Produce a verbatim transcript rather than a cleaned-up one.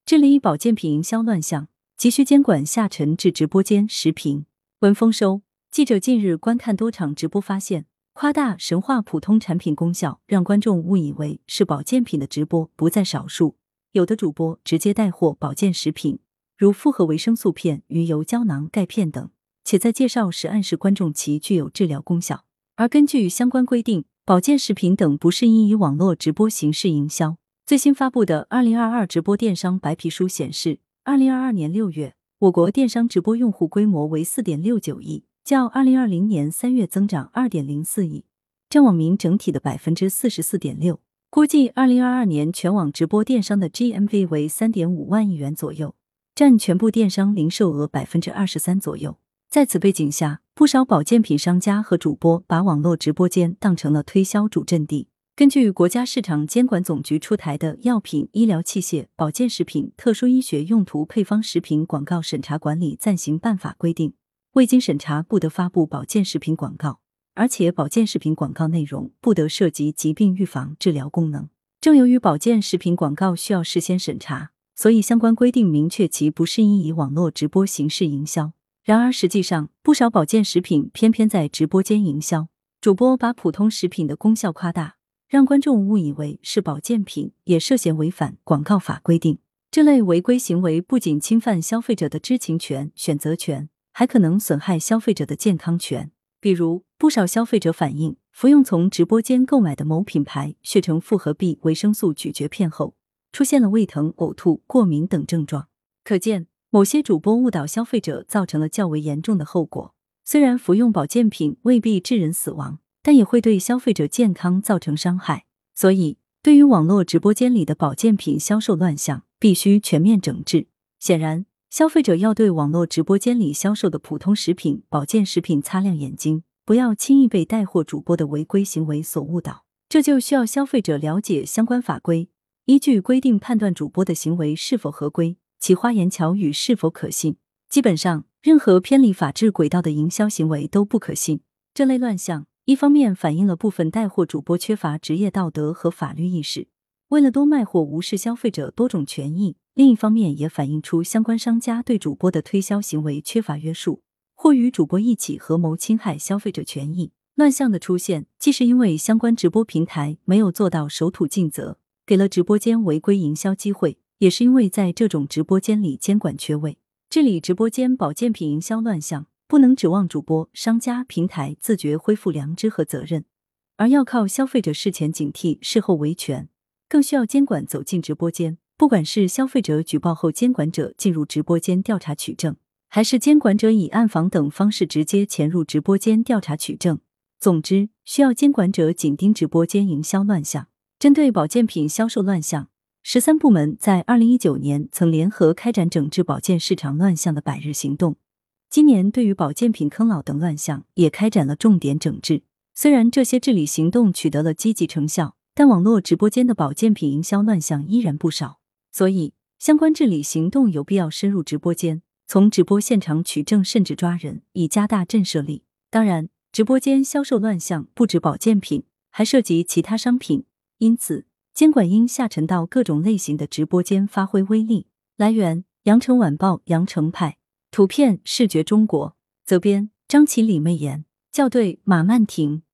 治理保健品营销乱象，急需监管下沉至直播间时评。文丰收，记者近日观看多场直播发现，夸大神话普通产品功效，让观众误以为是保健品的直播不在少数。有的主播直接带货保健食品，如复合维生素片、鱼油胶囊、钙片等，且在介绍时暗示观众其具有治疗功效。而根据相关规定，保健食品等不适宜以网络直播形式营销。最新发布的二零二二直播电商白皮书显示，二零二二年六月，我国电商直播用户规模为 四点六九亿，较二零二零年三月增长 二点零四亿，占网民整体的 百分之四十四点六。估计二零二二年全网直播电商的 G M V 为 三点五万亿元左右，占全部电商零售额 百分之二十三 左右。在此背景下，不少保健品商家和主播把网络直播间当成了推销主阵地。根据国家市场监管总局出台的《药品、医疗器械、保健食品、特殊医学用途配方食品广告审查管理暂行办法》规定，未经审查不得发布保健食品广告，而且保健食品广告内容不得涉及疾病预防、治疗功能。正由于保健食品广告需要事先审查，所以相关规定明确其不适宜以网络直播形式营销。然而实际上，不少保健食品偏偏在直播间营销，主播把普通食品的功效夸大，让观众误以为是保健品，也涉嫌违反广告法规定。这类违规行为不仅侵犯消费者的知情权、选择权，还可能损害消费者的健康权。比如，不少消费者反映，服用从直播间购买的某品牌血橙复合 B 维生素咀嚼片后，出现了胃疼、呕吐、过敏等症状。可见，某些主播误导消费者，造成了较为严重的后果。虽然服用保健品未必致人死亡，但也会对消费者健康造成伤害。所以，对于网络直播间里的保健品销售乱象，必须全面整治。显然，消费者要对网络直播间里销售的普通食品、保健食品擦亮眼睛，不要轻易被带货主播的违规行为所误导。这就需要消费者了解相关法规，依据规定判断主播的行为是否合规，其花言巧语是否可信。基本上，任何偏离法治轨道的营销行为都不可信。这类乱象一方面反映了部分带货主播缺乏职业道德和法律意识，为了多卖货无视消费者多种权益；另一方面也反映出相关商家对主播的推销行为缺乏约束，或与主播一起合谋侵害消费者权益。乱象的出现，既是因为相关直播平台没有做到守土尽责，给了直播间违规营销机会，也是因为在这种直播间里监管缺位。治理直播间保健品营销乱象，不能指望主播、商家、平台自觉恢复良知和责任，而要靠消费者事前警惕、事后维权。更需要监管走进直播间，不管是消费者举报后监管者进入直播间调查取证，还是监管者以暗访等方式直接潜入直播间调查取证。总之，需要监管者紧盯直播间营销乱象。针对保健品销售乱象，十三部门在二零一九年曾联合开展整治保健市场乱象的百日行动。今年对于保健品坑老等乱象也开展了重点整治。虽然这些治理行动取得了积极成效，但网络直播间的保健品营销乱象依然不少。所以，相关治理行动有必要深入直播间，从直播现场取证甚至抓人，以加大震慑力。当然，直播间销售乱象不止保健品，还涉及其他商品，因此监管应下沉到各种类型的直播间发挥威力。来源：羊城晚报羊城派，图片视觉中国，责编张起李媚妍，校对马曼婷。